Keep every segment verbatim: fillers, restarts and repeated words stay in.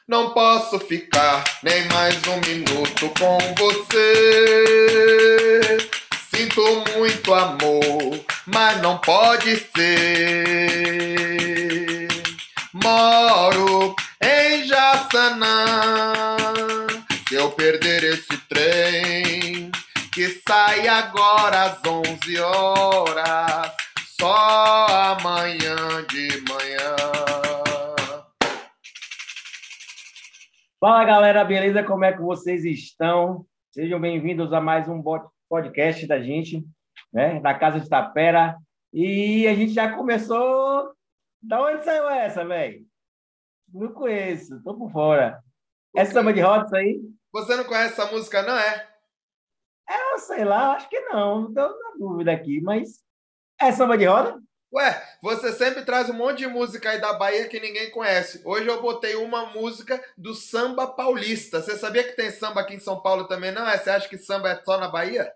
Não posso ficar nem mais um minuto com você. Sinto muito amor, mas não pode ser. Moro em Jaçanã. Se eu perder esse trem, que sai agora às onze horas, só amanhã de manhã. Fala galera, beleza? Como é que vocês estão? Sejam bem-vindos a mais um podcast da gente, né? Da Casa de Tapera. E a gente já começou. Da onde saiu essa, velho? Não conheço, tô por fora. É samba de roda isso aí? Você não conhece essa música, não é? É, eu sei lá, acho que não. Estou na dúvida aqui, mas é samba de roda? Ué, você sempre traz um monte de música aí da Bahia que ninguém conhece. Hoje eu botei uma música do samba paulista. Você sabia que tem samba aqui em São Paulo também, não é? Você acha que samba é só na Bahia?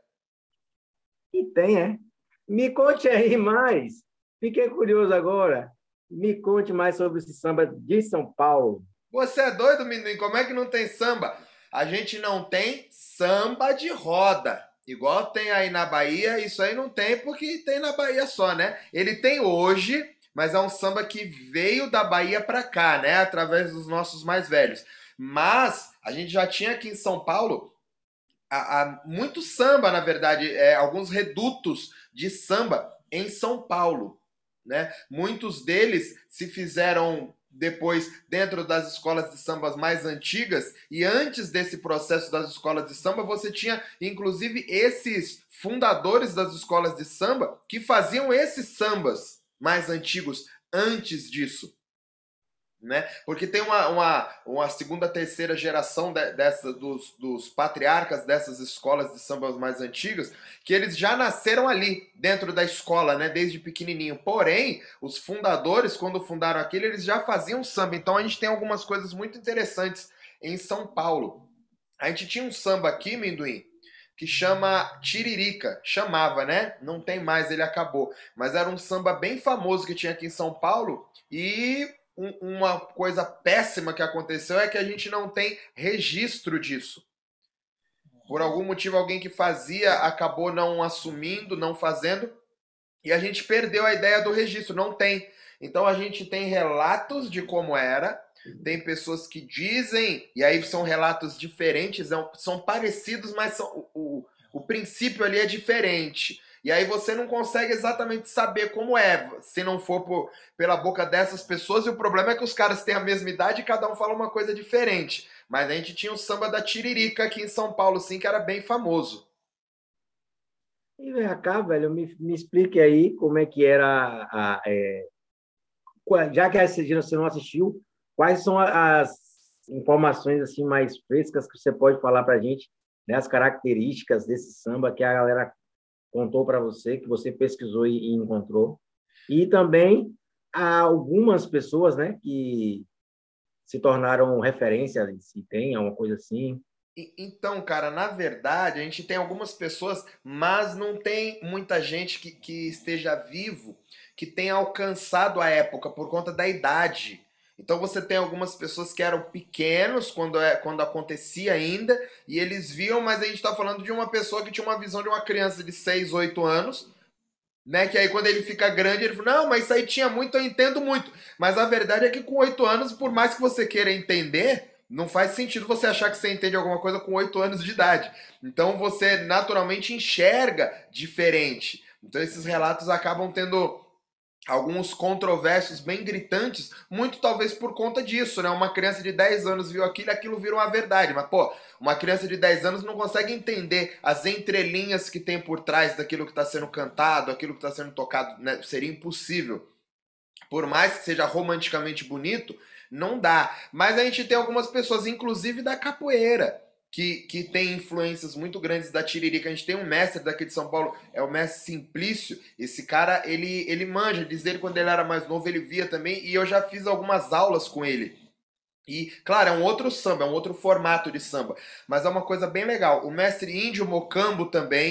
E tem, é. Me conte aí mais. Fiquei curioso agora. Me conte mais sobre esse samba de São Paulo. Você é doido, menino? Como é que não tem samba? A gente não tem samba de roda. Igual tem aí na Bahia, isso aí não tem porque tem na Bahia só, né? Ele tem hoje, mas é um samba que veio da Bahia pra cá, né? Através dos nossos mais velhos. Mas a gente já tinha aqui em São Paulo há, há muito samba, na verdade, é, alguns redutos de samba em São Paulo, né? Muitos deles se fizeram depois dentro das escolas de sambas mais antigas, e antes desse processo das escolas de samba, você tinha inclusive esses fundadores das escolas de samba que faziam esses sambas mais antigos antes disso. Né? Porque tem uma, uma, uma segunda, terceira geração de, dessa, dos, dos patriarcas dessas escolas de sambas mais antigas, que eles já nasceram ali, dentro da escola, né? Desde pequenininho. Porém, os fundadores, quando fundaram aquilo, eles já faziam samba. Então a gente tem algumas coisas muito interessantes em São Paulo. A gente tinha um samba aqui, Minduim, que chama Tiririca. Chamava, né? Não tem mais, ele acabou. Mas era um samba bem famoso que tinha aqui em São Paulo e um, uma coisa péssima que aconteceu é que a gente não tem registro disso. Por algum motivo, alguém que fazia acabou não assumindo, não fazendo, e a gente perdeu a ideia do registro, não tem. Então a gente tem relatos de como era, tem pessoas que dizem, e aí são relatos diferentes, são parecidos, mas são, o, o, o princípio ali é diferente. E aí você não consegue exatamente saber como é, se não for por, pela boca dessas pessoas, e o problema é que os caras têm a mesma idade e cada um fala uma coisa diferente. Mas a gente tinha o samba da Tiririca aqui em São Paulo, sim, que era bem famoso. E vem cá, velho, me, me explique aí como é que era a, a, é, já que essa dia você não assistiu, quais são as informações assim mais frescas que você pode falar para a gente, né, as características desse samba que a galera contou para você, que você pesquisou e, e encontrou, e também há algumas pessoas, né, que se tornaram referência, se tem alguma coisa assim. Então, cara, na verdade, a gente tem algumas pessoas, mas não tem muita gente que, que esteja vivo que tenha alcançado a época por conta da idade. Então você tem algumas pessoas que eram pequenos quando, é, quando acontecia ainda, e eles viam, mas a gente está falando de uma pessoa que tinha uma visão de uma criança de seis, oito anos, né? Que aí quando ele fica grande, ele fala, não, mas isso aí tinha muito, eu entendo muito. Mas a verdade é que com oito anos, por mais que você queira entender, não faz sentido você achar que você entende alguma coisa com oito anos de idade. Então você naturalmente enxerga diferente. Então esses relatos acabam tendo alguns controversos bem gritantes, muito talvez por conta disso, né? Uma criança de dez anos viu aquilo e aquilo virou uma verdade. Mas, pô, uma criança de dez anos não consegue entender as entrelinhas que tem por trás daquilo que está sendo cantado, aquilo que está sendo tocado, né? Seria impossível. Por mais que seja romanticamente bonito, não dá. Mas a gente tem algumas pessoas, inclusive da capoeira, que, que tem influências muito grandes da Tiririca. A gente tem um mestre daqui de São Paulo, é o mestre Simplício. Esse cara, ele, ele manja. Diz ele quando ele era mais novo, ele via também. E eu já fiz algumas aulas com ele. E, claro, é um outro samba, é um outro formato de samba. Mas é uma coisa bem legal. O mestre Índio Mocambo também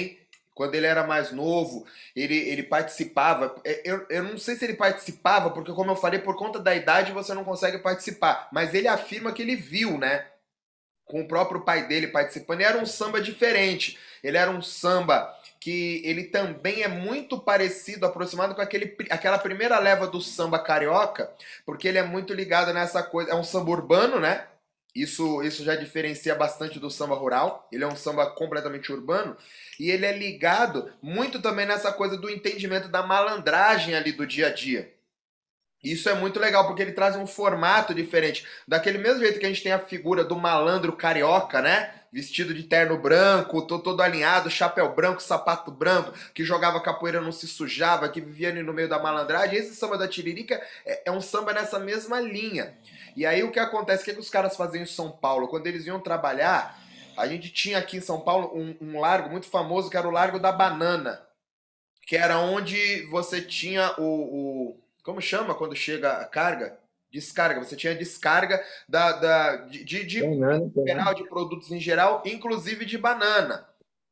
quando ele era mais novo, ele, ele participava. É, Eu, eu não sei se ele participava, porque como eu falei, por conta da idade você não consegue participar. Mas ele afirma que ele viu, né? Com o próprio pai dele participando. E era um samba diferente. Ele era um samba que ele também é muito parecido, aproximado com aquele, aquela primeira leva do samba carioca, porque ele é muito ligado nessa coisa. É um samba urbano, né? Isso, isso já diferencia bastante do samba rural. Ele é um samba completamente urbano. E ele é ligado muito também nessa coisa do entendimento da malandragem ali do dia a dia. Isso é muito legal, porque ele traz um formato diferente. Daquele mesmo jeito que a gente tem a figura do malandro carioca, né? Vestido de terno branco, todo, todo alinhado, chapéu branco, sapato branco, que jogava capoeira, não se sujava, que vivia ali no meio da malandragem. Esse samba da Tiririca é, é um samba nessa mesma linha. E aí o que acontece, o que, é que os caras faziam em São Paulo? Quando eles iam trabalhar, a gente tinha aqui em São Paulo um, um largo muito famoso, que era o Largo da Banana, que era onde você tinha o, o- como chama quando chega a carga? Descarga. Você tinha descarga da, da, de, de, de Fernando, geral, Fernando. de produtos em geral, inclusive de banana.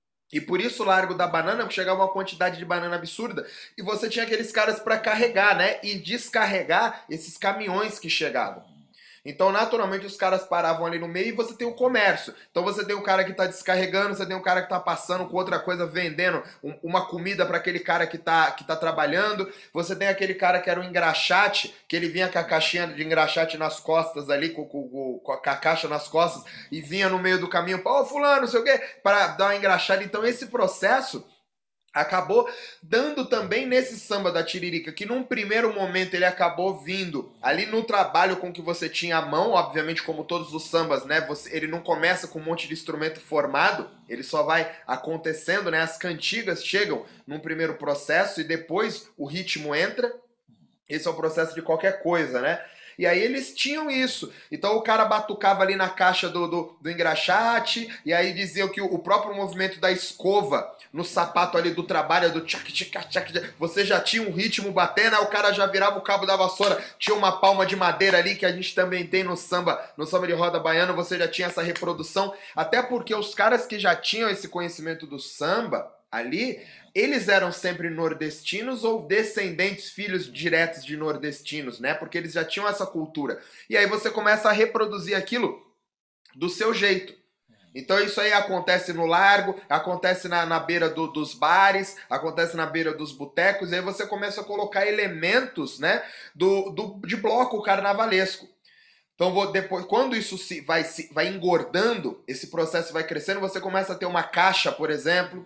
E por isso o Largo da Banana, porque chegava uma quantidade de banana absurda, e você tinha aqueles caras para carregar, né? E descarregar esses caminhões que chegavam. Então, naturalmente, os caras paravam ali no meio e você tem o comércio. Então, você tem o cara que está descarregando, você tem o cara que está passando com outra coisa, vendendo um- uma comida para aquele cara que está que tá trabalhando. Você tem aquele cara que era o engraxate, que ele vinha com a caixinha de engraxate nas costas ali, com, com- com- com a caixa nas costas, e vinha no meio do caminho, ô, fulano, não sei o quê, para dar uma engraxada. Então, esse processo acabou dando também nesse samba da Tiririca, que num primeiro momento ele acabou vindo ali no trabalho com que você tinha à mão, obviamente como todos os sambas, né? Você, ele não começa com um monte de instrumento formado, ele só vai acontecendo, né? As cantigas chegam num primeiro processo e depois o ritmo entra. Esse é o processo de qualquer coisa, né? E aí eles tinham isso. Então o cara batucava ali na caixa do, do, do engraxate, e aí diziam que o, o próprio movimento da escova no sapato ali do trabalho, do tchac, tchac, tchac, tchac, você já tinha um ritmo batendo, aí o cara já virava o cabo da vassoura, tinha uma palma de madeira ali, que a gente também tem no samba, no samba de roda baiano, você já tinha essa reprodução, até porque os caras que já tinham esse conhecimento do samba ali, eles eram sempre nordestinos ou descendentes, filhos diretos de nordestinos, né? Porque eles já tinham essa cultura. E aí você começa a reproduzir aquilo do seu jeito. Então isso aí acontece no largo, acontece na, na beira do- dos bares, acontece na beira dos botecos, e aí você começa a colocar elementos, né, do, do, de bloco carnavalesco. Então, vou depois, quando isso se, vai, se, vai engordando, esse processo vai crescendo, você começa a ter uma caixa, por exemplo,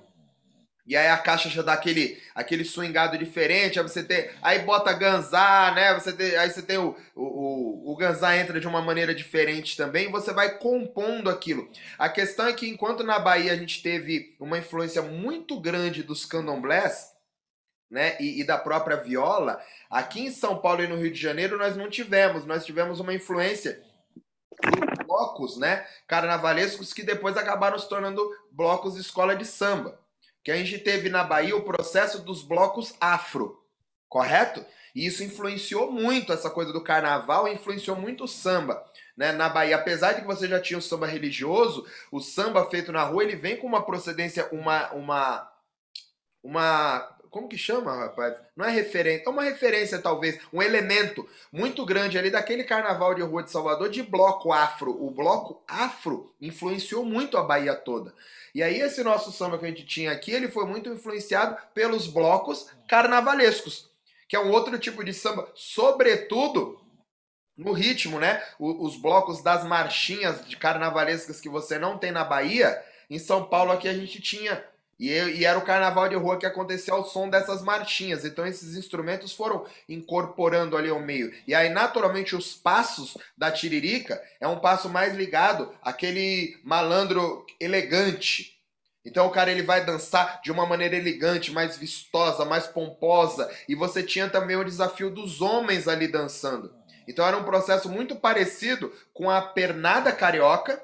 e aí a caixa já dá aquele, aquele swingado diferente, aí você tem, aí bota ganzá, né? Você tem, aí você tem o, o, o, o ganzá entra de uma maneira diferente também, você vai compondo aquilo. A questão é que enquanto na Bahia a gente teve uma influência muito grande dos candomblés, né, e, e da própria viola, aqui em São Paulo e no Rio de Janeiro nós não tivemos, nós tivemos uma influência dos blocos, né, carnavalescos que depois acabaram se tornando blocos de escola de samba. Que a gente teve na Bahia o processo dos blocos afro, correto? E isso influenciou muito essa coisa do carnaval, influenciou muito o samba, né, na Bahia. Apesar de que você já tinha o samba religioso, o samba feito na rua, ele vem com uma procedência, uma, uma uma. Como que chama, rapaz? Não é referência, é uma referência, talvez, um elemento muito grande ali daquele carnaval de rua de Salvador de bloco afro. O bloco afro influenciou muito a Bahia toda. E aí, esse nosso samba que a gente tinha aqui, ele foi muito influenciado pelos blocos carnavalescos, que é um outro tipo de samba, sobretudo no ritmo, né? O- os blocos das marchinhas de carnavalescas que você não tem na Bahia, em São Paulo aqui a gente tinha. E, e era o carnaval de rua que acontecia ao som dessas marchinhas. Então esses instrumentos foram incorporando ali ao meio. E aí, naturalmente, os passos da Tiririca é um passo mais ligado àquele malandro elegante. Então o cara ele vai dançar de uma maneira elegante, mais vistosa, mais pomposa. E você tinha também o desafio dos homens ali dançando. Então era um processo muito parecido com a pernada carioca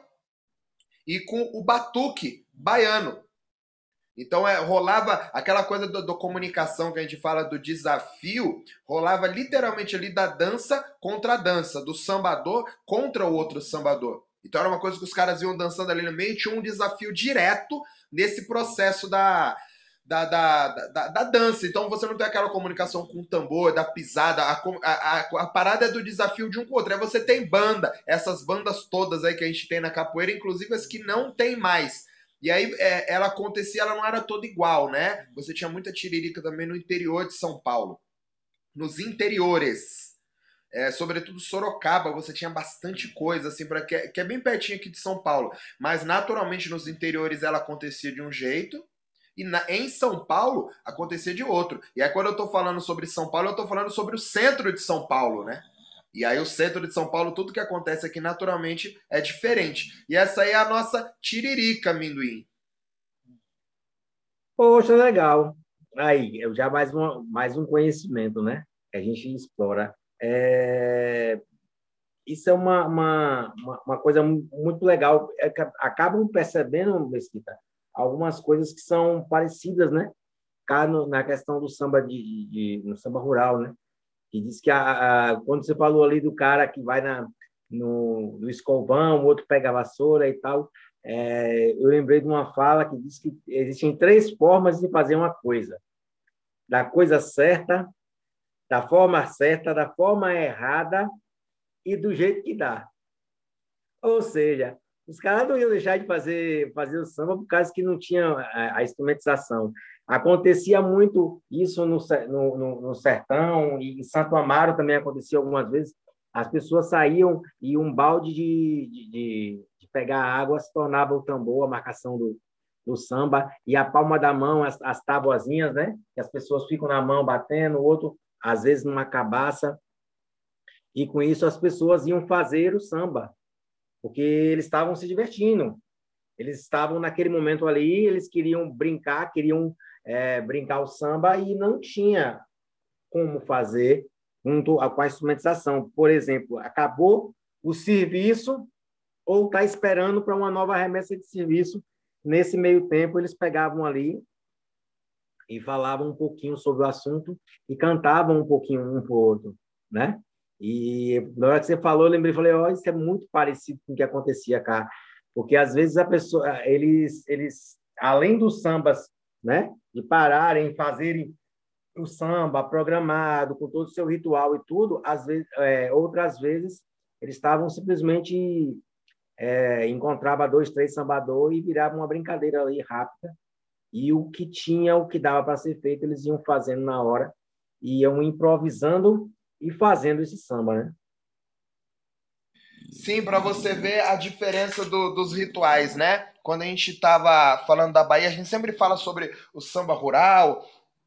e com o batuque baiano. Então é, rolava aquela coisa da comunicação que a gente fala do desafio, rolava literalmente ali da dança contra a dança, do sambador contra o outro sambador. Então era uma coisa que os caras iam dançando ali no meio e tinha um desafio direto nesse processo da, da, da, da, da dança. Então você não tem aquela comunicação com o tambor, da pisada. A, a, a, a parada é do desafio de um com o outro. Aí você tem banda, essas bandas todas aí que a gente tem na capoeira, inclusive as que não tem mais. E aí é, ela acontecia, ela não era toda igual, né? Você tinha muita tiririca também no interior de São Paulo. Nos interiores. É, sobretudo Sorocaba, você tinha bastante coisa, assim, pra, que, que é bem pertinho aqui de São Paulo. Mas naturalmente nos interiores ela acontecia de um jeito, e na, em São Paulo acontecia de outro. E aí quando eu tô falando sobre São Paulo, eu tô falando sobre o centro de São Paulo, né? E aí o centro de São Paulo, tudo que acontece aqui naturalmente é diferente. E essa aí é a nossa tiririca, amendoim. Poxa, legal. Aí, eu já mais, uma, mais um conhecimento, né? Que a gente explora. É, isso é uma, uma, uma, uma coisa muito legal. É que acabam percebendo, Mesquita, algumas coisas que são parecidas, né? Cá no, na questão do samba de, de, no samba rural, né? Que diz que a, a, quando você falou ali do cara que vai na, no, no escovão, o outro pega a vassoura e tal, é, eu lembrei de uma fala que diz que existem três formas de fazer uma coisa: da coisa certa, da forma certa, da forma errada e do jeito que dá. Ou seja, os caras não iam deixar de fazer, fazer o samba por causa que não tinha a, a instrumentização. Acontecia muito isso no, no, no Sertão, e em Santo Amaro também acontecia algumas vezes. As pessoas saíam e um balde de, de, de pegar água se tornava o tambor, a marcação do, do samba, e a palma da mão, as, as tabuazinhas, né? Que as pessoas ficam na mão batendo, o outro, às vezes, numa cabaça, e com isso as pessoas iam fazer o samba, porque eles estavam se divertindo. Eles estavam naquele momento ali, eles queriam brincar, queriam é, brincar o samba e não tinha como fazer junto com a instrumentização. Por exemplo, acabou o serviço ou está esperando para uma nova remessa de serviço. Nesse meio tempo, eles pegavam ali e falavam um pouquinho sobre o assunto e cantavam um pouquinho um para o outro, né? E na hora que você falou, eu lembrei, falei, ó, oh, isso é muito parecido com o que acontecia cá, porque às vezes a pessoa, eles, eles, além dos sambas, né, de pararem, fazerem o samba programado com todo o seu ritual e tudo, às vezes, é, outras vezes eles estavam simplesmente é, encontrava dois, três sambadores e virava uma brincadeira ali rápida. E o que tinha, o que dava para ser feito, eles iam fazendo na hora, iam improvisando e fazendo esse samba, né? Sim, para você ver a diferença do, dos rituais, né? Quando a gente estava falando da Bahia, a gente sempre fala sobre o samba rural,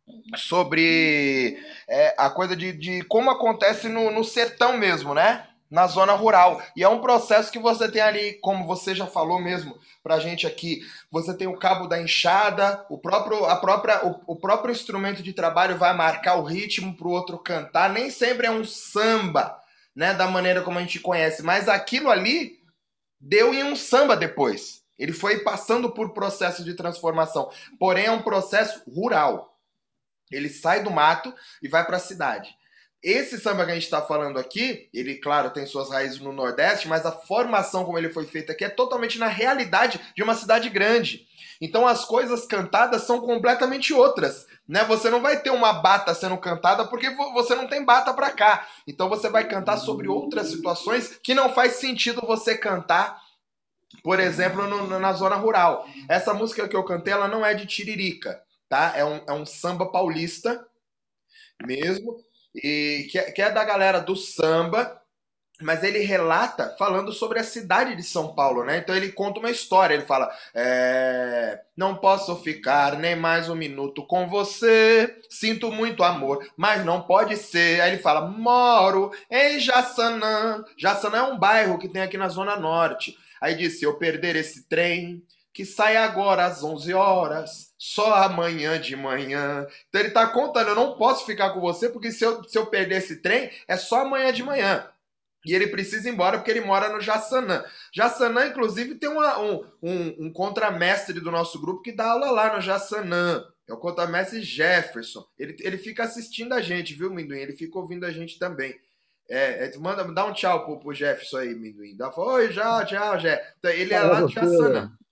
sobre é, a coisa de, de como acontece no, no sertão mesmo, né? Na zona rural. E é um processo que você tem ali, como você já falou mesmo pra gente aqui, você tem o cabo da enxada, o próprio, a própria, o, o próprio instrumento de trabalho vai marcar o ritmo pro outro cantar. Nem sempre é um samba, né? Da maneira como a gente conhece, mas aquilo ali deu em um samba depois. Ele foi passando por processo de transformação. Porém, é um processo rural. Ele sai do mato e vai para a cidade. Esse samba que a gente está falando aqui, ele, claro, tem suas raízes no Nordeste, mas a formação como ele foi feito aqui é totalmente na realidade de uma cidade grande. Então as coisas cantadas são completamente outras, né? Você não vai ter uma bata sendo cantada porque você não tem bata para cá. Então você vai cantar sobre outras situações que não faz sentido você cantar, por exemplo, no, na zona rural. Essa música que eu cantei, ela não é de Tiririca, tá? É um, é um samba paulista mesmo, e que é, que é da galera do samba, mas ele relata falando sobre a cidade de São Paulo, né? Então ele conta uma história, ele fala: é, não posso ficar nem mais um minuto com você, sinto muito amor, mas não pode ser. Aí ele fala: moro em Jaçanã. Jaçanã é um bairro que tem aqui na Zona Norte. Aí disse: se eu perder esse trem, que sai agora às onze horas, só amanhã de manhã. Então ele tá contando: eu não posso ficar com você, porque se eu, se eu perder esse trem, é só amanhã de manhã. E ele precisa ir embora porque ele mora no Jaçanã. Jaçanã, inclusive, tem uma, um, um, um contramestre do nosso grupo que dá aula lá no Jaçanã. É o contramestre Jefferson. Ele, ele fica assistindo a gente, viu, Minduim? Ele fica ouvindo a gente também. É, é, manda, dá um tchau pro, pro Jefferson aí, Minduim. Dá, oi, tchau, tchau, Jé. Então, ele é Fala, lá de você. Jaçanã.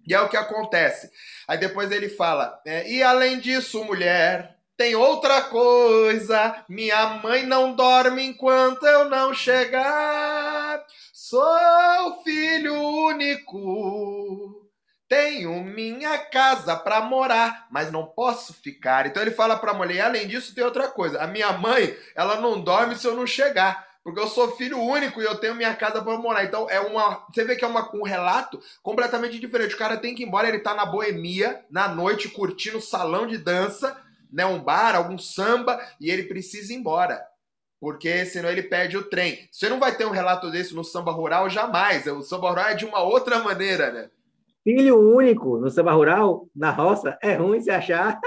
E é o que acontece. Aí depois ele fala, é, e além disso, mulher, tem outra coisa, minha mãe não dorme enquanto eu não chegar. Sou filho único, tenho minha casa para morar, mas não posso ficar. Então ele fala para a mulher, além disso tem outra coisa, a minha mãe, ela não dorme se eu não chegar. Porque eu sou filho único e eu tenho minha casa para morar. Então é uma. Você vê que é uma, um relato completamente diferente. O cara tem que ir embora, ele tá na boemia, na noite, curtindo salão de dança, né? Um bar, algum samba, e ele precisa ir embora. Porque senão ele perde o trem. Você não vai ter um relato desse no samba rural jamais. O samba rural é de uma outra maneira, né? Filho único no samba rural, na roça, é ruim se achar.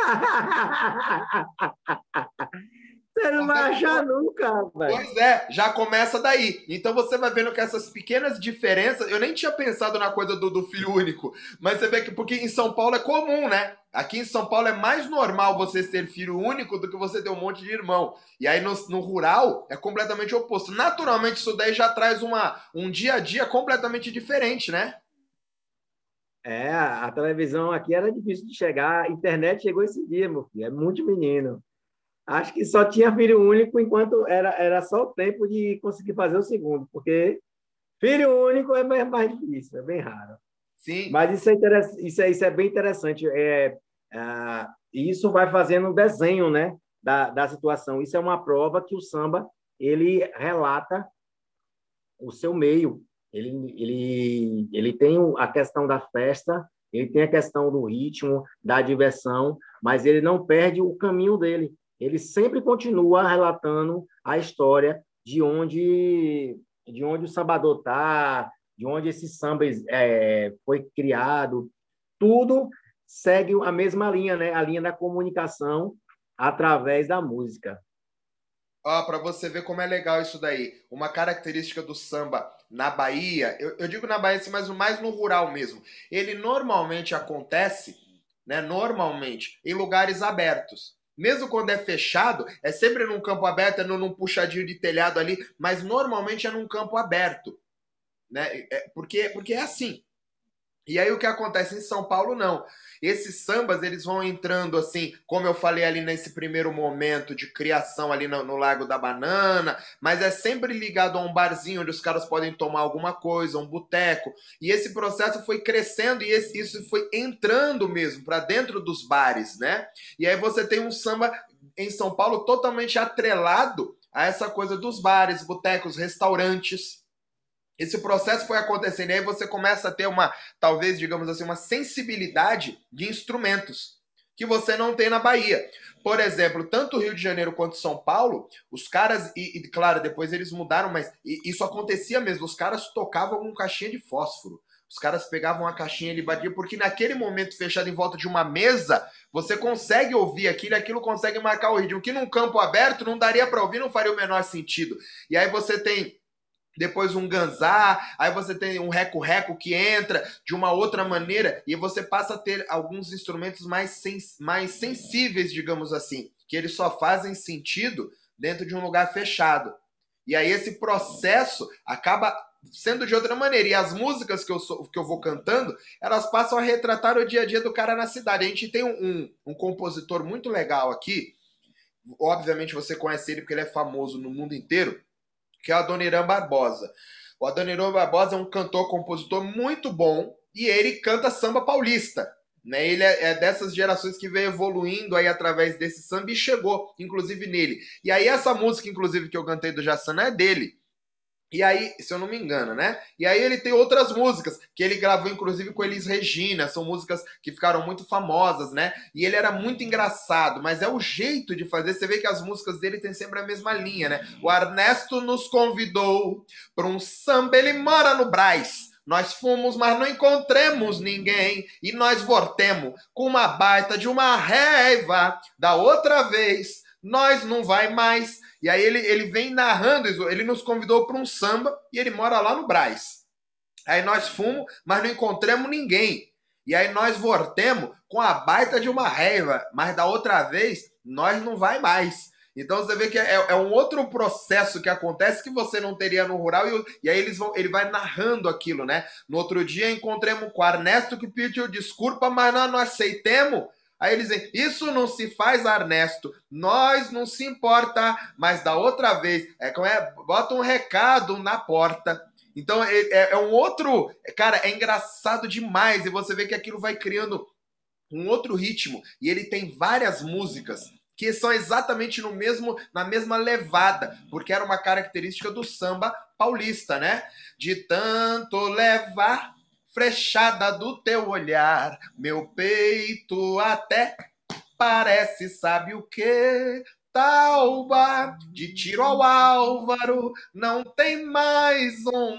Você não vai achar nunca, velho. Pois é, já começa daí. Então você vai vendo que essas pequenas diferenças. Eu nem tinha pensado na coisa do, do filho único, mas você vê que porque em São Paulo é comum, né? Aqui em São Paulo é mais normal você ser filho único do que você ter um monte de irmão. E aí no, no rural é completamente oposto. Naturalmente, isso daí já traz uma, um dia a dia completamente diferente, né? É, a televisão aqui era difícil de chegar. A internet chegou esse dia, meu filho. É muito menino. Acho que só tinha filho único enquanto era, era só o tempo de conseguir fazer o segundo, porque filho único é mais, mais difícil, é bem raro. Sim. Mas isso é, isso é, isso é bem interessante. É, é, isso vai fazendo um desenho, né, da, da situação. Isso é uma prova que o samba ele relata o seu meio. Ele, ele, ele tem a questão da festa, ele tem a questão do ritmo, da diversão, mas ele não perde o caminho dele. Ele sempre continua relatando a história de onde, de onde o sambador está, de onde esse samba é, foi criado. Tudo segue a mesma linha, né? A linha da comunicação através da música. Ó, para você ver como é legal isso daí. Uma característica do samba na Bahia, eu, eu digo na Bahia, mas mais no rural mesmo. Ele normalmente acontece, né? Normalmente, em lugares abertos. Mesmo quando é fechado, é sempre num campo aberto, é num, num puxadinho de telhado ali, mas normalmente é num campo aberto, né? É, porque, porque é assim. E aí o que acontece em São Paulo, não. Esses sambas, eles vão entrando assim, como eu falei ali nesse primeiro momento de criação ali no, no Lago da Banana, mas é sempre ligado a um barzinho onde os caras podem tomar alguma coisa, um boteco. E esse processo foi crescendo e esse, isso foi entrando mesmo para dentro dos bares, né? E aí você tem um samba em São Paulo totalmente atrelado a essa coisa dos bares, botecos, restaurantes. Esse processo foi acontecendo e aí você começa a ter uma, talvez, digamos assim, uma sensibilidade de instrumentos que você não tem na Bahia. Por exemplo, tanto o Rio de Janeiro quanto São Paulo, os caras, e, e claro, depois eles mudaram, mas isso acontecia mesmo, os caras tocavam com caixinha de fósforo. Os caras pegavam a caixinha e batiam, porque naquele momento fechado em volta de uma mesa, você consegue ouvir aquilo, aquilo consegue marcar o ritmo, que num campo aberto não daria para ouvir, não faria o menor sentido. E aí você tem depois um ganzá, aí você tem um reco-reco que entra de uma outra maneira e você passa a ter alguns instrumentos mais, sens mais sensíveis, digamos assim, que eles só fazem sentido dentro de um lugar fechado. E aí esse processo acaba sendo de outra maneira. E as músicas que eu, sou, que eu vou cantando, elas passam a retratar o dia a dia do cara na cidade. A gente tem um, um, um compositor muito legal aqui, obviamente você conhece ele porque ele é famoso no mundo inteiro, que é o Adoniran Barbosa. O Adoniran Barbosa é um cantor, compositor muito bom e ele canta samba paulista. Né? Ele é, é dessas gerações que veio evoluindo aí através desse samba e chegou, inclusive, nele. E aí essa música, inclusive, que eu cantei do Jassana é dele. E aí, se eu não me engano, né? E aí ele tem outras músicas que ele gravou, inclusive, com Elis Regina. São músicas que ficaram muito famosas, né? E ele era muito engraçado, mas é o jeito de fazer. Você vê que as músicas dele têm sempre a mesma linha, né? O Ernesto nos convidou para um samba, ele mora no Brás. Nós fomos, mas não encontremos ninguém. E nós voltemos com uma baita de uma raiva. Da outra vez, nós não vai mais. E aí ele, ele vem narrando isso. Ele nos convidou para um samba e ele mora lá no Brás. Aí nós fomos, mas não encontramos ninguém. E aí nós voltemos com a baita de uma raiva. Mas da outra vez, nós não vai mais. Então você vê que é, é um outro processo que acontece que você não teria no rural e, e aí eles vão, ele vai narrando aquilo, né? No outro dia encontremos com o Ernesto que pediu desculpa, mas nós não aceitemos. Aí eles dizem, isso não se faz, Ernesto, nós não se importa, mas da outra vez, é, como é, bota um recado na porta. Então é, é um outro, cara, é engraçado demais e você vê que aquilo vai criando um outro ritmo e ele tem várias músicas que são exatamente no mesmo, na mesma levada, porque era uma característica do samba paulista, né? De tanto levar frechada do teu olhar, meu peito até parece, sabe o quê? Tauba, de tiro ao Álvaro, não tem mais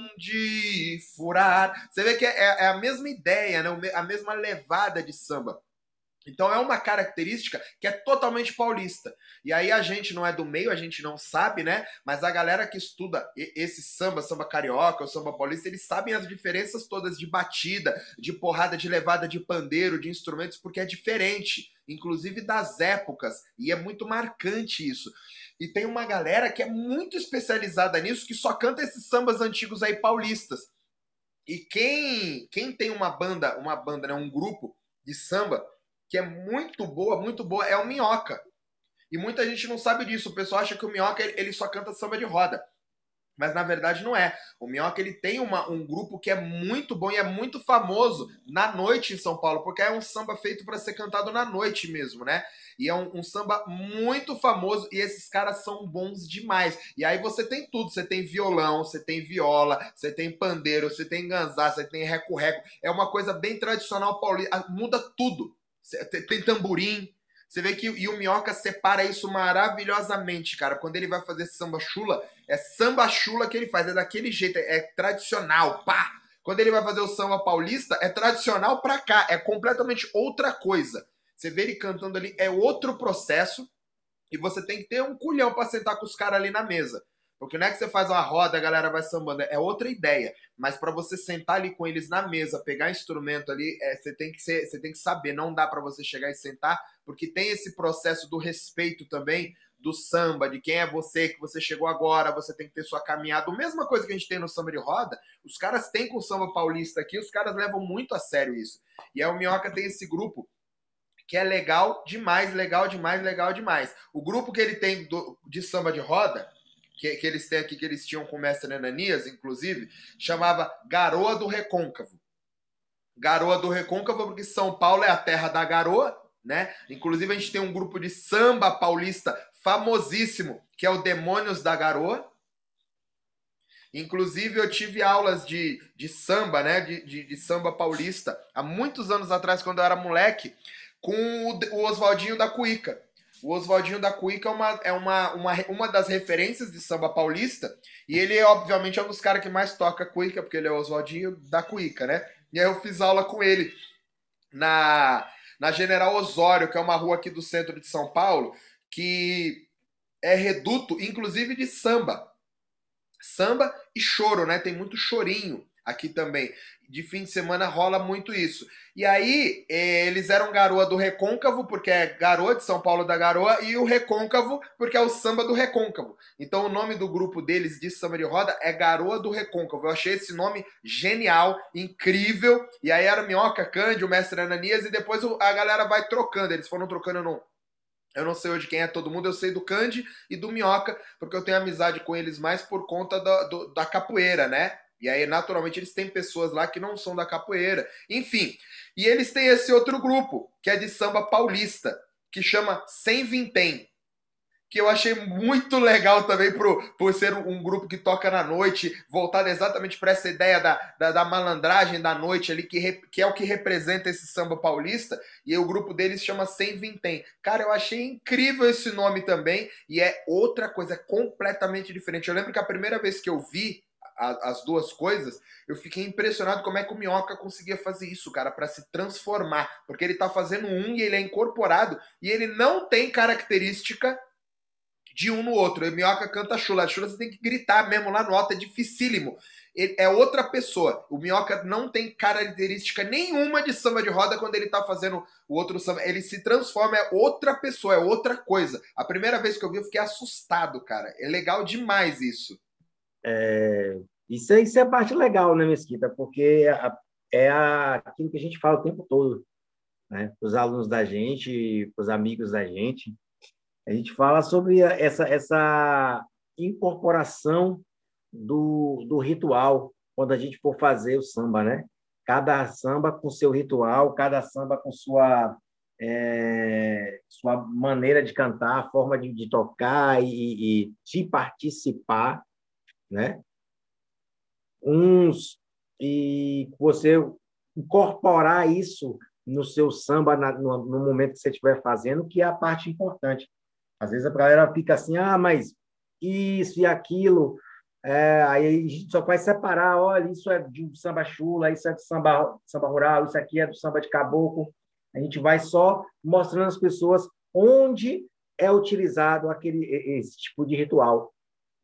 onde furar. Você vê que é, é a mesma ideia, né? A mesma levada de samba. Então é uma característica que é totalmente paulista. E aí a gente não é do meio, a gente não sabe, né? Mas a galera que estuda esse samba, samba carioca, o samba paulista, eles sabem as diferenças todas de batida, de porrada, de levada de pandeiro, de instrumentos, porque é diferente, inclusive das épocas. E é muito marcante isso. E tem uma galera que é muito especializada nisso, que só canta esses sambas antigos aí paulistas. E quem, quem tem uma banda, uma banda, né? Um grupo de samba que é muito boa, muito boa, é o Minhoca. E muita gente não sabe disso. O pessoal acha que o Minhoca ele só canta samba de roda. Mas na verdade não é. O Minhoca ele tem uma, um grupo que é muito bom e é muito famoso na noite em São Paulo, porque é um samba feito para ser cantado na noite mesmo, né? E é um, um samba muito famoso e esses caras são bons demais. E aí você tem tudo, você tem violão, você tem viola, você tem pandeiro, você tem ganzá, você tem reco-reco. É uma coisa bem tradicional paulista, muda tudo. Tem tamborim. Você vê que e o Minhoca separa isso maravilhosamente, cara. Quando ele vai fazer samba chula, é samba chula que ele faz. É daquele jeito, é, é tradicional, pá. Quando ele vai fazer o samba paulista, é tradicional pra cá. É completamente outra coisa. Você vê ele cantando ali, é outro processo. E você tem que ter um culhão pra sentar com os caras ali na mesa. Porque não é que você faz uma roda, a galera vai sambando, é outra ideia. Mas para você sentar ali com eles na mesa, pegar instrumento ali, é, você, tem que ser, você tem que saber, não dá para você chegar e sentar, porque tem esse processo do respeito também do samba, de quem é você, que você chegou agora, você tem que ter sua caminhada. A mesma coisa que a gente tem no samba de roda, os caras têm com o samba paulista aqui, os caras levam muito a sério isso. E aí o Minhoca tem esse grupo que é legal demais, legal demais, legal demais. O grupo que ele tem do, de samba de roda, Que, que eles têm aqui, que eles tinham com o mestre Ananias, inclusive, chamava Garoa do Recôncavo. Garoa do Recôncavo, porque São Paulo é a terra da garoa, né? Inclusive, a gente tem um grupo de samba paulista famosíssimo, que é o Demônios da Garoa. Inclusive, eu tive aulas de, de samba, né? De, de, de samba paulista, há muitos anos atrás, quando eu era moleque, com o, o Oswaldinho da Cuíca. O Oswaldinho da Cuíca é, uma, é uma, uma, uma das referências de samba paulista. E ele, obviamente, é um dos caras que mais toca cuíca, porque ele é o Oswaldinho da Cuíca, né? E aí eu fiz aula com ele na, na General Osório, que é uma rua aqui do centro de São Paulo, que é reduto, inclusive, de samba. Samba e choro, né? Tem muito chorinho aqui também. De fim de semana rola muito isso. E aí, eles eram Garoa do Recôncavo, porque é Garoa de São Paulo da Garoa, e o Recôncavo, porque é o samba do Recôncavo. Então, o nome do grupo deles de samba de roda é Garoa do Recôncavo. Eu achei esse nome genial, incrível. E aí era Minhoca, Cândido, o mestre Ananias, e depois a galera vai trocando. Eles foram trocando no. Eu não sei hoje quem é todo mundo, eu sei do Cândido e do Minhoca, porque eu tenho amizade com eles mais por conta da, do, da capoeira, né? E aí, naturalmente, eles têm pessoas lá que não são da capoeira. Enfim, e eles têm esse outro grupo, que é de samba paulista, que chama Sem Vintém, que eu achei muito legal também por, por ser um grupo que toca na noite, voltado exatamente para essa ideia da, da, da malandragem da noite ali, que, re, que é o que representa esse samba paulista, e o grupo deles chama Sem Vintém. Cara, eu achei incrível esse nome também, e é outra coisa, é completamente diferente. Eu lembro que a primeira vez que eu vi as duas coisas, eu fiquei impressionado como é que o Minhoca conseguia fazer isso, cara, para se transformar, porque ele tá fazendo um e ele é incorporado, e ele não tem característica de um no outro. O Minhoca canta chula. A chula você tem que gritar mesmo lá no alto, é dificílimo. Ele é outra pessoa. O Minhoca não tem característica nenhuma de samba de roda quando ele tá fazendo o outro samba. Ele se transforma, é outra pessoa, é outra coisa. A primeira vez que eu vi, eu fiquei assustado, cara. É legal demais isso. É, isso, é, isso é a parte legal, né, Mesquita? Porque a- é a- aquilo que a gente fala o tempo todo, né? Para os alunos da gente, para os amigos da gente. A gente fala sobre essa, essa incorporação do, do ritual quando a gente for fazer o samba, né? Cada samba com seu ritual, cada samba com sua, é, sua maneira de cantar, forma de, de tocar e, e de participar, né? Uns e você incorporar isso no seu samba na, no, no momento que você estiver fazendo, que é a parte importante. Às vezes a galera fica assim, ah, mas isso e aquilo, é, aí a gente só faz separar, olha, isso é de samba chula, isso é de samba, samba rural, isso aqui é do samba de caboclo. A gente vai só mostrando às pessoas onde é utilizado aquele, esse tipo de ritual.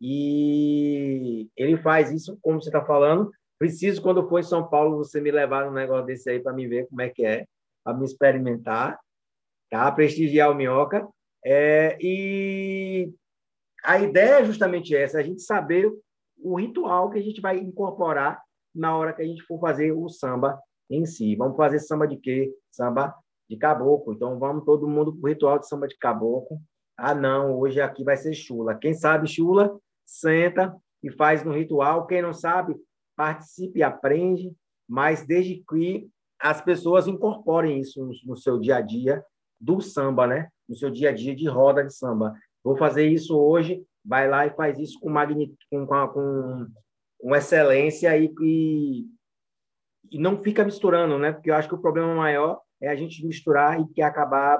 E ele faz isso, como você está falando. Preciso, quando for em São Paulo, você me levar num negócio desse aí para me ver como é que é, para me experimentar, tá? Prestigiar o Minhoca. É, e a ideia é justamente essa, a gente saber o ritual que a gente vai incorporar na hora que a gente for fazer o samba em si. Vamos fazer samba de quê? Samba de caboclo. Então, vamos todo mundo para o ritual de samba de caboclo. Ah, não, hoje aqui vai ser chula. Quem sabe chula, senta e faz no ritual. Quem não sabe, participe e aprende, mas desde que as pessoas incorporem isso no, no seu dia a dia do samba, né? No seu dia a dia de roda de samba. Vou fazer isso hoje, vai lá e faz isso com, magni... com, com, com excelência e, e, e não fica misturando, né? Porque eu acho que o problema maior é a gente misturar e que acabar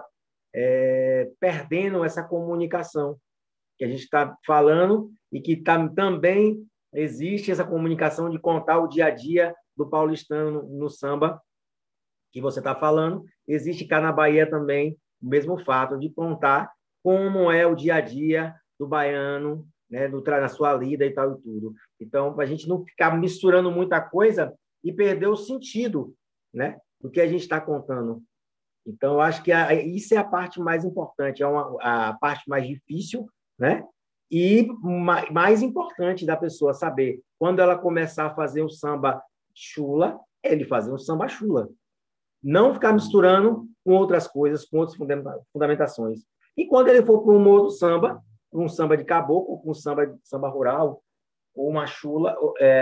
é, perdendo essa comunicação que a gente está falando e que tá, também existe essa comunicação de contar o dia a dia do paulistano no, no samba que você está falando. Existe cá na Bahia também o mesmo fato de contar como é o dia a dia do baiano, né, do, na sua lida e tal e tudo. Então, para a gente não ficar misturando muita coisa e perder o sentido, né, do que a gente está contando. Então, eu acho que a, isso é a parte mais importante, é uma, a parte mais difícil, né? E ma, mais importante da pessoa saber, quando ela começar a fazer um samba chula, ele fazer um samba chula. Não ficar misturando com outras coisas, com outras fundamentações. E quando ele for para um outro samba, um samba de caboclo, um samba, samba rural, ou uma chula,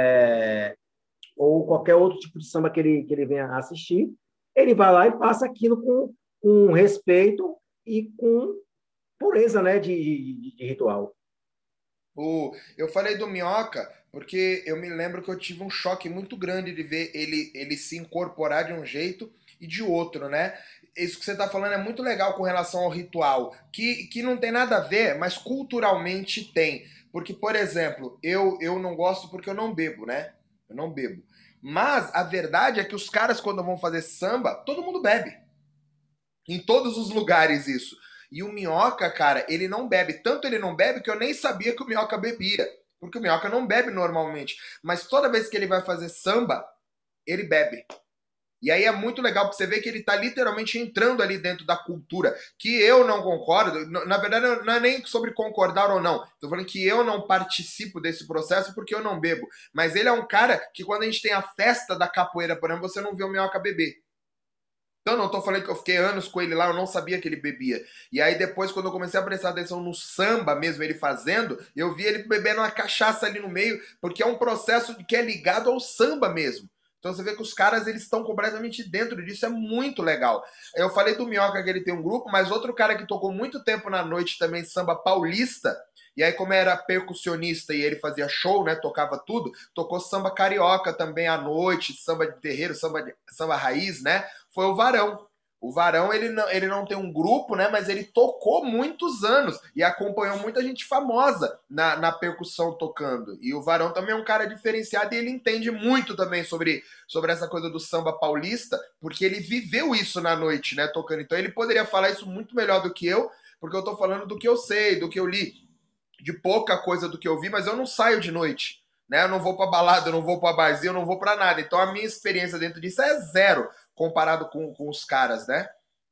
é, ou qualquer outro tipo de samba que ele, que ele venha assistir, ele vai lá e passa aquilo com, com respeito e com pureza, né, de, de, de ritual. O, eu falei do Minhoca porque eu me lembro que eu tive um choque muito grande de ver ele, ele se incorporar de um jeito e de outro, né? Isso que você está falando é muito legal com relação ao ritual, que, que não tem nada a ver, mas culturalmente tem. Porque, por exemplo, eu, eu não gosto porque eu não bebo, né? Eu não bebo. Mas a verdade é que os caras, quando vão fazer samba, todo mundo bebe. Em todos os lugares isso. E o Minhoca, cara, ele não bebe. Tanto ele não bebe que eu nem sabia que o Minhoca bebia. Porque o Minhoca não bebe normalmente. Mas toda vez que ele vai fazer samba, ele bebe. E aí é muito legal pra você ver que ele tá literalmente entrando ali dentro da cultura. Que eu não concordo. Na verdade, não é nem sobre concordar ou não. Tô falando que eu não participo desse processo porque eu não bebo. Mas ele é um cara que quando a gente tem a festa da capoeira, por exemplo, você não vê o Minhoca beber. Então, não tô falando que eu fiquei anos com ele lá, eu não sabia que ele bebia. E aí depois, quando eu comecei a prestar atenção no samba mesmo, ele fazendo, eu vi ele bebendo uma cachaça ali no meio, porque é um processo que é ligado ao samba mesmo. Então você vê que os caras, eles estão completamente dentro disso, é muito legal. Eu falei do Minhoca que ele tem um grupo, mas outro cara que tocou muito tempo na noite também, samba paulista, e aí como era percussionista e ele fazia show, né, tocava tudo, tocou samba carioca também à noite, samba de terreiro, samba, de, samba raiz, né, foi o Varão. O Varão, ele não, ele não tem um grupo, né? Mas ele tocou muitos anos e acompanhou muita gente famosa na, na percussão tocando. E o Varão também é um cara diferenciado e ele entende muito também sobre, sobre essa coisa do samba paulista, porque ele viveu isso na noite, né? Tocando. Então ele poderia falar isso muito melhor do que eu, porque eu tô falando do que eu sei, do que eu li. de pouca coisa do que eu vi, mas eu não saio de noite, né? Eu não vou pra balada, eu não vou pra barzinho, eu não vou pra nada. Então a minha experiência dentro disso é zero comparado com, com os caras, né?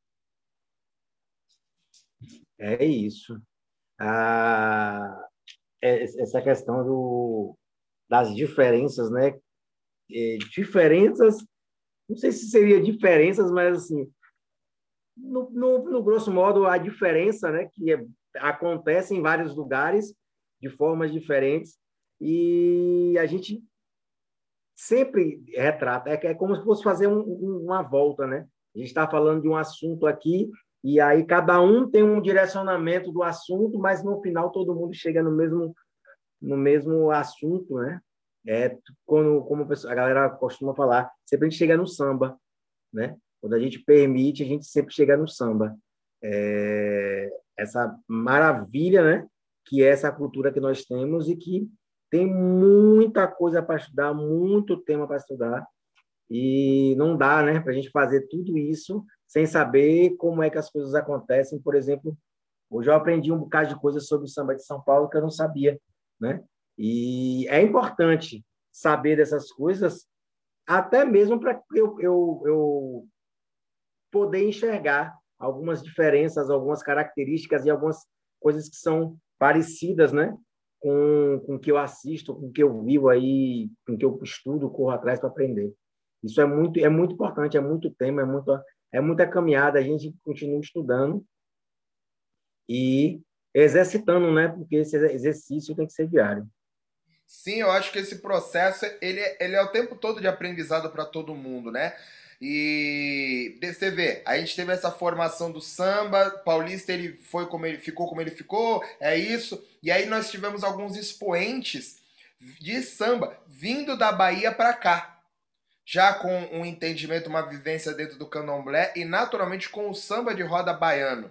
É isso. Ah, é- essa questão do, das diferenças, né? É, diferenças, não sei se seria diferenças, mas assim, no, no, no grosso modo, a diferença, né? Que é, acontece em vários lugares, de formas diferentes, e a gente sempre retrata, é, é como se fosse fazer um, um, uma volta, né? A gente está falando de um assunto aqui, e aí cada um tem um direcionamento do assunto, mas no final todo mundo chega no mesmo, no mesmo assunto, né? É, quando, como a galera costuma falar, sempre a gente chega no samba, né? Quando a gente permite, a gente sempre chega no samba. É, essa maravilha, né? Que é essa cultura que nós temos e que tem muita coisa para estudar, muito tema para estudar, e não dá, né, para a gente fazer tudo isso sem saber como é que as coisas acontecem. Por exemplo, hoje eu aprendi um bocado de coisas sobre o samba de São Paulo que eu não sabia, né? E é importante saber dessas coisas, até mesmo para eu, eu, eu poder enxergar algumas diferenças, algumas características e algumas coisas que são parecidas, né? Com, com o que eu assisto, com o que eu vivo aí, com o que eu estudo, corro atrás para aprender. Isso é muito, é muito importante, é muito tema, é, muito, é muita caminhada, a gente continua estudando e exercitando, né? Porque esse exercício tem que ser diário. Sim, eu acho que esse processo ele, é- ele é o tempo todo de aprendizado para todo mundo, né? E de- você vê, a gente teve essa formação do samba, Paulista ele foi como ele ficou como ele ficou, é isso. E aí nós tivemos alguns expoentes de samba vindo da Bahia para cá, já com um entendimento, uma vivência dentro do candomblé e naturalmente com o samba de roda baiano.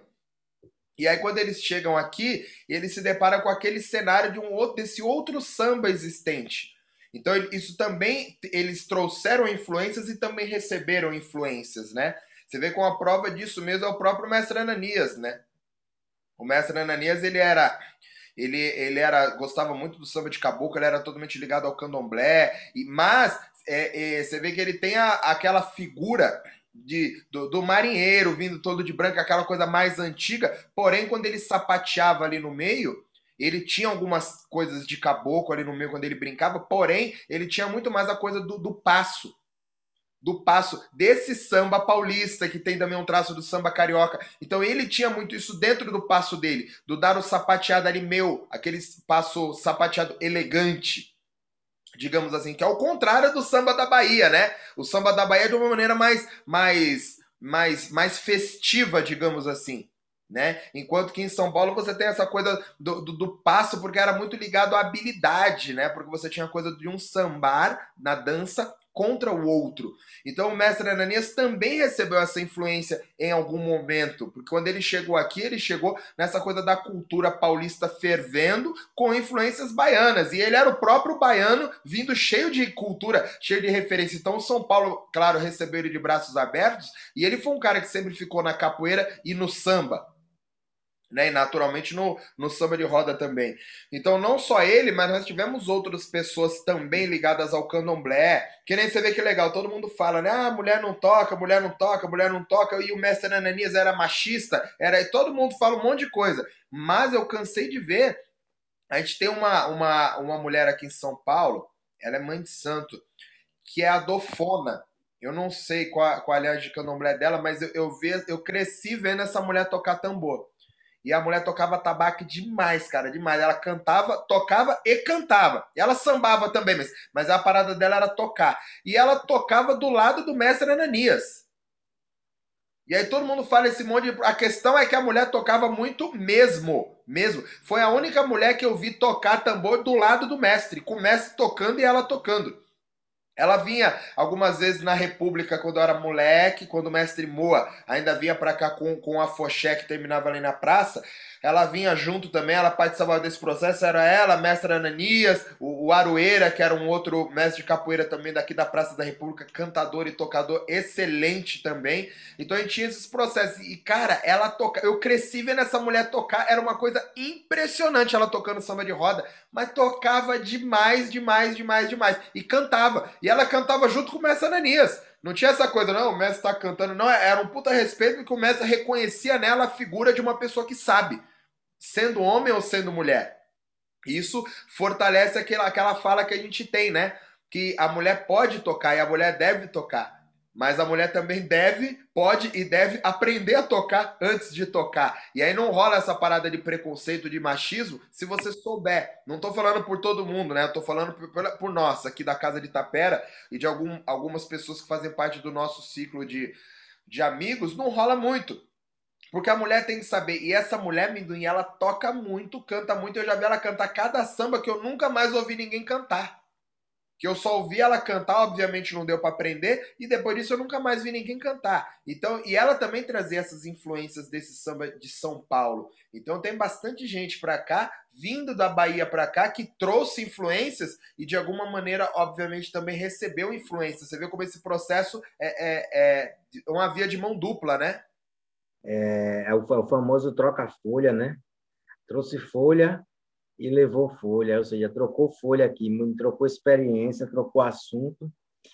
E aí, quando eles chegam aqui, eles se deparam com aquele cenário de um outro, desse outro samba existente. Então, isso também, eles trouxeram influências e também receberam influências, né? Você vê com a prova disso mesmo é o próprio Mestre Ananias, né? O Mestre Ananias, ele era ele, ele era gostava muito do samba de caboclo, ele era totalmente ligado ao candomblé, e, mas é, é, você vê que ele tem a, aquela figura de, do, do marinheiro vindo todo de branco, aquela coisa mais antiga, porém quando ele sapateava ali no meio, ele tinha algumas coisas de caboclo ali no meio quando ele brincava, porém ele tinha muito mais a coisa do, do passo, do passo desse samba paulista, que tem também um traço do samba carioca. Então ele tinha muito isso dentro do passo dele, do dar o sapateado ali meu, aquele passo sapateado elegante, digamos assim, que é o contrário do samba da Bahia, né? O samba da Bahia é de uma maneira mais, mais, mais, mais festiva, digamos assim. Né? Enquanto que em São Paulo você tem essa coisa do, do, do passo, porque era muito ligado à habilidade, né? Porque você tinha a coisa de um sambar na dança contra o outro. Então o mestre Ananias também recebeu essa influência em algum momento, porque quando ele chegou aqui, ele chegou nessa coisa da cultura paulista fervendo com influências baianas, e ele era o próprio baiano vindo cheio de cultura, cheio de referência. Então o São Paulo, claro, recebeu ele de braços abertos, e ele foi um cara que sempre ficou na capoeira e no samba, né? E naturalmente no, no samba de roda também. Então, não só ele, mas nós tivemos outras pessoas também ligadas ao candomblé. Que nem você vê que legal, todo mundo fala, né? Ah, mulher não toca, mulher não toca, mulher não toca. E o mestre Ananias era machista, era, e todo mundo fala um monte de coisa. Mas eu cansei de ver. A gente tem uma, uma, uma mulher aqui em São Paulo, ela é mãe de santo, que é a Dofona. Eu não sei qual, qual aliás de candomblé dela, mas eu, eu, ve, eu cresci vendo essa mulher tocar tambor. E a mulher tocava tabaco demais, cara, demais. Ela cantava, tocava e cantava. E ela sambava também, mas, mas a parada dela era tocar. E ela tocava do lado do mestre Ananias. E aí todo mundo fala esse monte de... A questão é que a mulher tocava muito mesmo, mesmo. Foi a única mulher que eu vi tocar tambor do lado do mestre, com o mestre tocando e ela tocando. Ela vinha algumas vezes na República quando eu era moleque, quando o mestre Moa ainda vinha pra cá com, com a Foché que terminava ali na praça. Ela vinha junto também, ela participava desse processo, era ela, mestre Ananias, o, o Aroeira, que era um outro mestre de capoeira também daqui da Praça da República, cantador e tocador excelente também. Então a gente tinha esses processos. E, cara, ela toca. Eu cresci vendo essa mulher tocar, era uma coisa impressionante ela tocando samba de roda, mas tocava demais, demais, demais, demais. E cantava. E ela cantava junto com o mestre Ananias. Não tinha essa coisa, não, o mestre tá cantando, não. Era um puta respeito porque o mestre reconhecia nela a figura de uma pessoa que sabe, sendo homem ou sendo mulher. Isso fortalece aquela, aquela fala que a gente tem, né? Que a mulher pode tocar e a mulher deve tocar. Mas a mulher também deve, pode e deve aprender a tocar antes de tocar. E aí não rola essa parada de preconceito, de machismo, se você souber. Não tô falando por todo mundo, né? Eu tô falando por, por, por nós, aqui da Casa de Tapera, e de algum, algumas pessoas que fazem parte do nosso ciclo de, de amigos, não rola muito. Porque a mulher tem que saber. E essa mulher, Minduim, ela toca muito, canta muito. Eu já vi ela cantar cada samba que eu nunca mais ouvi ninguém cantar. Que eu só ouvi ela cantar, obviamente não deu para aprender, e depois disso eu nunca mais vi ninguém cantar. Então, e ela também trazia essas influências desse samba de São Paulo. Então tem bastante gente para cá, vindo da Bahia para cá, que trouxe influências e de alguma maneira, obviamente, também recebeu influências. Você vê como esse processo é, é, é uma via de mão dupla, né? É, é o, o famoso troca-folha, né? Trouxe folha e levou folha, ou seja, trocou folha aqui, trocou experiência, trocou assunto,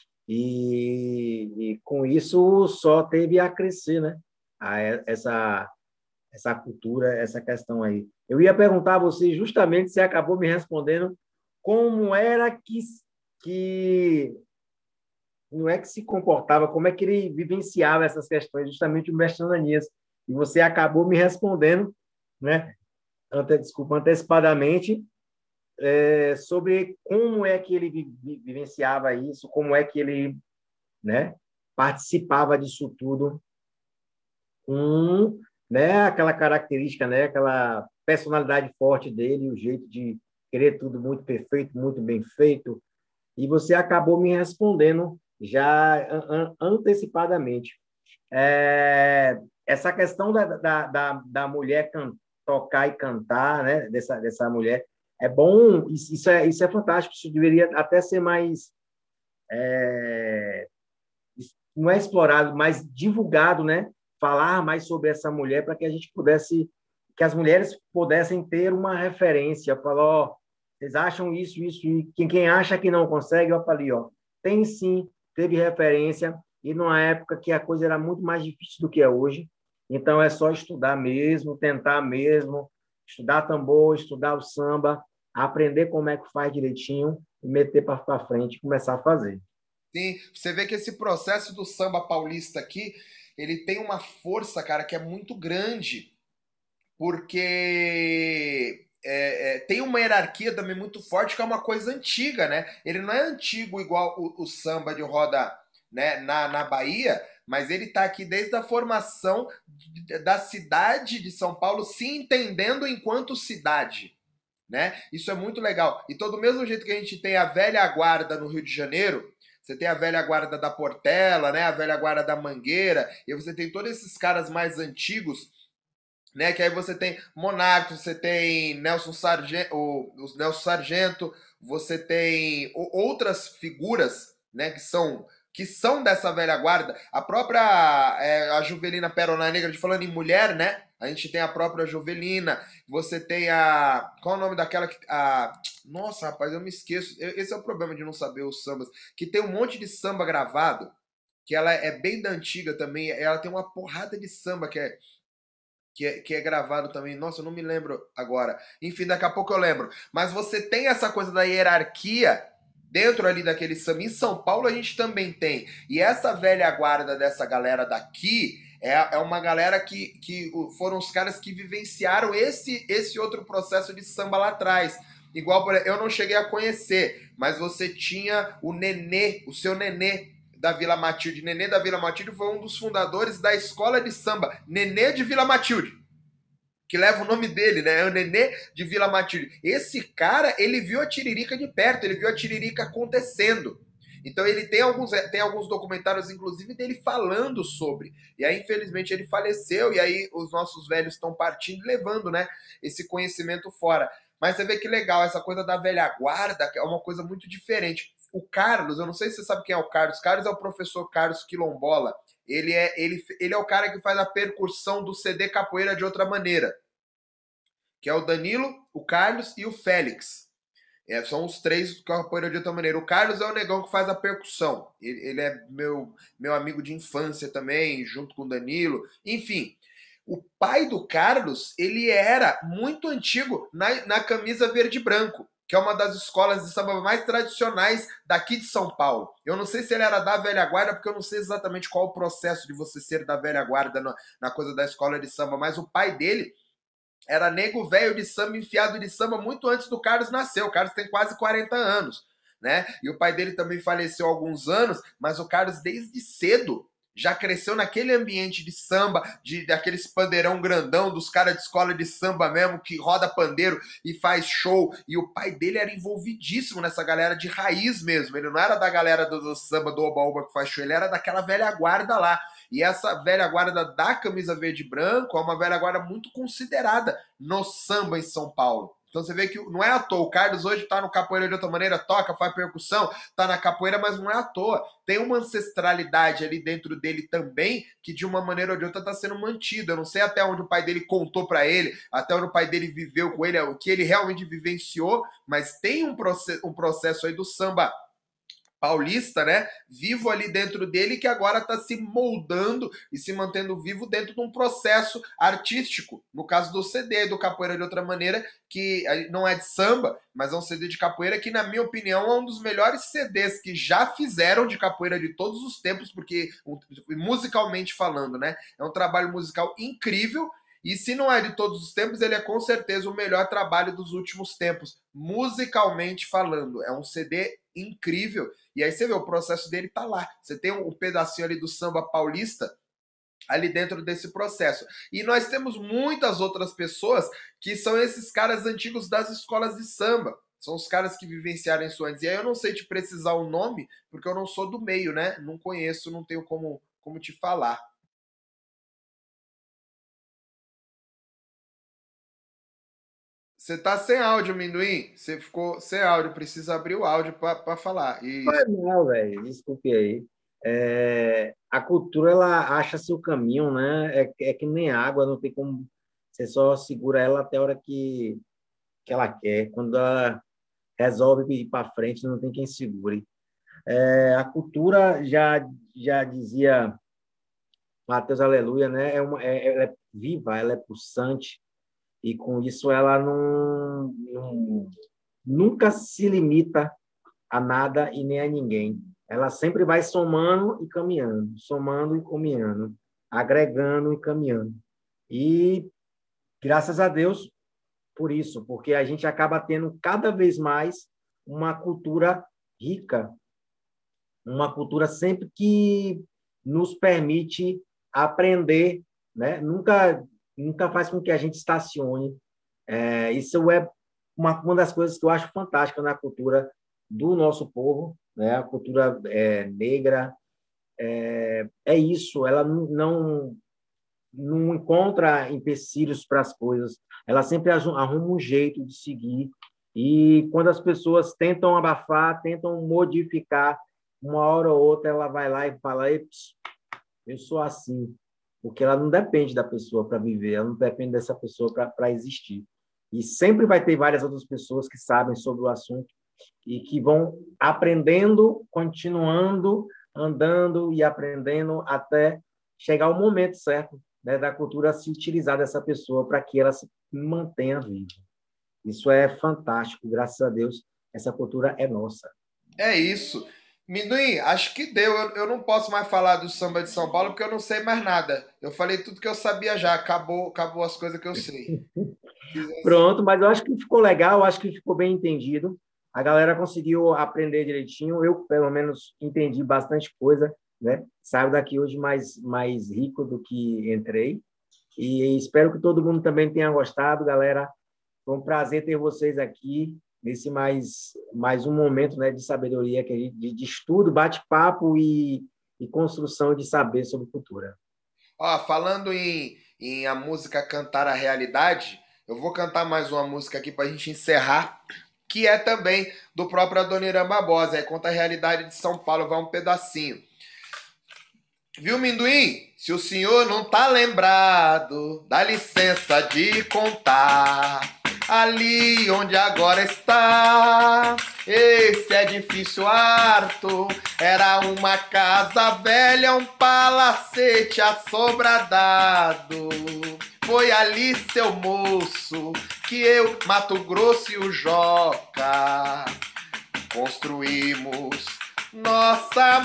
e, e com isso só teve a crescer, né? A, essa, essa cultura, essa questão aí. Eu ia perguntar a você, justamente, você acabou me respondendo como era que, que não é que se comportava, como é que ele vivenciava essas questões, justamente o mestre Ananias. E você acabou me respondendo, né? Ante, desculpa, antecipadamente, é, sobre como é que ele vi, vi, vivenciava isso, como é que ele, né, participava disso tudo, com, né, aquela característica, né, aquela personalidade forte dele, o jeito de querer tudo muito perfeito, muito bem feito. E você acabou me respondendo já an antecipadamente. É, essa questão da, da, da, da mulher can, tocar e cantar, né? Dessa, dessa mulher, é bom, isso, isso, é, isso é fantástico, isso deveria até ser mais, é, não é explorado, mas divulgado, né? Falar mais sobre essa mulher para que a gente pudesse, que as mulheres pudessem ter uma referência, falar, ó, vocês acham isso, isso, e quem, quem acha que não consegue, ó, ali, ó, tem sim, teve referência, e numa época que a coisa era muito mais difícil do que é hoje, então é só estudar mesmo, tentar mesmo, estudar tambor, estudar o samba, aprender como é que faz direitinho, e meter para frente e começar a fazer. Sim, você vê que esse processo do samba paulista aqui, ele tem uma força, cara, que é muito grande, porque é, é, tem uma hierarquia também muito forte, que é uma coisa antiga, né? Ele não é antigo igual o, o samba de roda, né, na, na Bahia, mas ele tá aqui desde a formação de- da cidade de São Paulo, se entendendo enquanto cidade. Né? Isso é muito legal. E todo mesmo jeito que a gente tem a velha guarda no Rio de Janeiro, você tem a velha guarda da Portela, né? A velha guarda da Mangueira, e você tem todos esses caras mais antigos, né? Que aí você tem Monarca, você tem Nelson Sargento, os Nelson Sargento, você tem outras figuras, né? Que são que são dessa velha guarda. A própria é, a Juvelina Pérola Negra, de falando em mulher, né? A gente tem a própria Juvelina. Você tem a qual é o nome daquela que a nossa, rapaz, eu me esqueço. Esse é o problema de não saber os sambas, que tem um monte de samba gravado, que ela é bem da antiga também. Ela tem uma porrada de samba que é que é, que é gravado também. Nossa, eu não me lembro agora. Enfim, daqui a pouco eu lembro. Mas você tem essa coisa da hierarquia dentro ali daquele samba. Em São Paulo a gente também tem. E essa velha guarda dessa galera daqui é, é uma galera que, que foram os caras que vivenciaram esse, esse outro processo de samba lá atrás. Igual, por exemplo, eu não cheguei a conhecer, mas você tinha o Nenê, o seu Nenê, da Vila Matilde. Nenê da Vila Matilde foi um dos fundadores da escola de samba Nenê de Vila Matilde, que leva o nome dele, né? É o Nenê de Vila Matilde. Esse cara, ele viu a Tiririca de perto, ele viu a Tiririca acontecendo. Então ele tem alguns, tem alguns documentários, inclusive, dele falando sobre. E aí, infelizmente, ele faleceu, e aí os nossos velhos estão partindo e levando, né, esse conhecimento fora. Mas você vê que legal, essa coisa da velha guarda, que é uma coisa muito diferente. O Carlos, eu não sei se você sabe quem é o Carlos. Carlos é o professor Carlos Quilombola. Ele é, ele, ele é o cara que faz a percussão do C D Capoeira de Outra Maneira, que é o Danilo, o Carlos e o Félix. É, são os três do Capoeira de Outra Maneira. O Carlos é o negão que faz a percussão. Ele, ele é meu, meu amigo de infância também, junto com o Danilo. Enfim, o pai do Carlos, ele era muito antigo na, na camisa verde e branco, que é uma das escolas de samba mais tradicionais daqui de São Paulo. Eu não sei se ele era da velha guarda, porque eu não sei exatamente qual o processo de você ser da velha guarda na, na coisa da escola de samba, mas o pai dele era nego velho de samba, enfiado de samba, muito antes do Carlos nascer. O Carlos tem quase quarenta anos, né? E o pai dele também faleceu há alguns anos, mas o Carlos, desde cedo, já cresceu naquele ambiente de samba, de, daqueles pandeirão grandão, dos caras de escola de samba mesmo, que roda pandeiro e faz show. E o pai dele era envolvidíssimo nessa galera de raiz mesmo. Ele não era da galera do, do samba, do oba-oba que faz show, ele era daquela velha guarda lá. E essa velha guarda da camisa verde e branco é uma velha guarda muito considerada no samba em São Paulo. Então você vê que não é à toa. O Carlos hoje tá no Capoeira de Outra Maneira, toca, faz percussão, tá na capoeira, mas não é à toa. Tem uma ancestralidade ali dentro dele também, que de uma maneira ou de outra tá sendo mantida. Eu não sei até onde o pai dele contou para ele, até onde o pai dele viveu com ele, o que ele realmente vivenciou, mas tem um processo, um processo aí do samba paulista, né, vivo ali dentro dele, que agora está se moldando e se mantendo vivo dentro de um processo artístico. No caso do C D, do Capoeira de Outra Maneira, que não é de samba, mas é um C D de capoeira que, na minha opinião, é um dos melhores C Ds que já fizeram de capoeira de todos os tempos, porque, musicalmente falando, né, é um trabalho musical incrível. E se não é de todos os tempos, ele é com certeza o melhor trabalho dos últimos tempos, musicalmente falando. É um C D incrível. E aí você vê, o processo dele tá lá. Você tem um pedacinho ali do samba paulista ali dentro desse processo. E nós temos muitas outras pessoas que são esses caras antigos das escolas de samba. São os caras que vivenciaram isso antes. E aí eu não sei te precisar o nome, porque eu não sou do meio, né? Não conheço, não tenho como, como te falar. Você tá sem áudio, Minduim. Você ficou sem áudio. Precisa abrir o áudio para falar. Isso. Não, velho, desculpe aí. É, a cultura, ela acha seu caminho, né? É, é que nem água, não tem como. Você só segura ela até a hora que, que ela quer. Quando ela resolve ir para frente, não tem quem segure. É, a cultura, já, já dizia Mateus Aleluia, né? É uma, é, ela é viva, ela é pulsante, e com isso ela não, não nunca se limita a nada e nem a ninguém. Ela sempre vai somando e caminhando, somando e caminhando, agregando e caminhando. E graças a Deus por isso, porque a gente acaba tendo cada vez mais uma cultura rica, uma cultura sempre que nos permite aprender, né? Nunca, nunca faz com que a gente estacione. É, isso é uma, uma das coisas que eu acho fantástica na cultura do nosso povo, né? A cultura é, negra, é, é isso, ela não, não, não encontra empecilhos para as coisas, ela sempre arruma um jeito de seguir, e quando as pessoas tentam abafar, tentam modificar, uma hora ou outra ela vai lá e fala, eu sou assim, porque ela não depende da pessoa para viver, ela não depende dessa pessoa para existir. E sempre vai ter várias outras pessoas que sabem sobre o assunto e que vão aprendendo, continuando, andando e aprendendo até chegar o momento certo, né, da cultura se utilizar dessa pessoa para que ela se mantenha viva. Isso é fantástico, graças a Deus, essa cultura é nossa. É isso. Minduim, acho que deu. Eu, eu não posso mais falar do samba de São Paulo porque eu não sei mais nada. Eu falei tudo que eu sabia já. Acabou, acabou as coisas que eu sei. Pronto, mas eu acho que ficou legal, eu acho que ficou bem entendido. A galera conseguiu aprender direitinho. Eu, pelo menos, entendi bastante coisa, né? Saio daqui hoje mais, mais rico do que entrei. E espero que todo mundo também tenha gostado, galera. Foi um prazer ter vocês aqui. nesse mais, mais um momento, né, de sabedoria, que a gente, de, de estudo, bate-papo e, e construção de saber sobre cultura. Ó, falando em, em a música cantar a realidade, eu vou cantar mais uma música aqui pra gente encerrar, que é também do próprio Adoniran Barbosa. Aí conta a realidade de São Paulo, vai um pedacinho. Viu, Minduim? Se o senhor não tá lembrado, dá licença de contar. Ali onde agora está, esse edifício harto, era uma casa velha, um palacete assobradado. Foi ali, seu moço, que eu, Mato Grosso e o Joca construímos nossa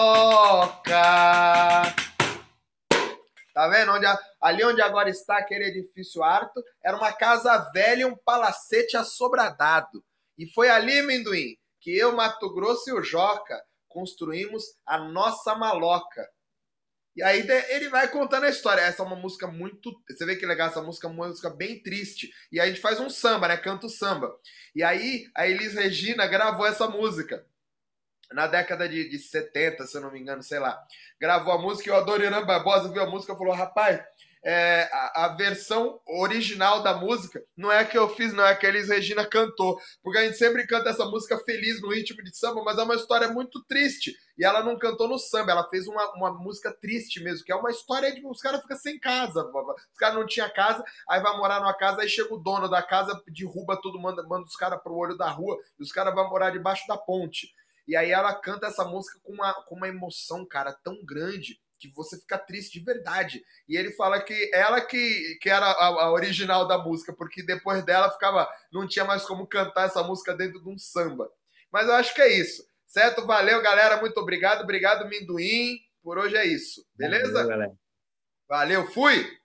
maloca. Tá vendo? Onde a, ali onde agora está aquele edifício harto, era uma casa velha e um palacete assobradado. E foi ali, Minduim, que eu, Mato Grosso e o Joca construímos a nossa maloca. E aí ele vai contando a história. Essa é uma música muito... Você vê que legal, essa música é uma música bem triste. E aí a gente faz um samba, né? Canta o samba. E aí a Elis Regina gravou essa música na década de, de setenta, se eu não me engano, sei lá. Gravou a música e o Adoniran Barbosa viu a música e falou, rapaz, é, a, a versão original da música não é a que eu fiz, não, é a que a Elis Regina cantou. Porque a gente sempre canta essa música feliz no ritmo de samba, mas é uma história muito triste. E ela não cantou no samba, ela fez uma, uma música triste mesmo, que é uma história de os caras ficam sem casa. Os caras não tinham casa, aí vai morar numa casa, aí chega o dono da casa, derruba tudo, manda, manda os caras pro olho da rua, e os caras vão morar debaixo da ponte. E aí ela canta essa música com uma, com uma emoção, cara, tão grande que você fica triste de verdade. E ele fala que ela que, que era a, a original da música, porque depois dela ficava, não tinha mais como cantar essa música dentro de um samba. Mas eu acho que é isso. Certo? Valeu, galera. Muito obrigado. Obrigado, Minduim. Por hoje é isso. Beleza? Valeu, galera. Valeu, fui!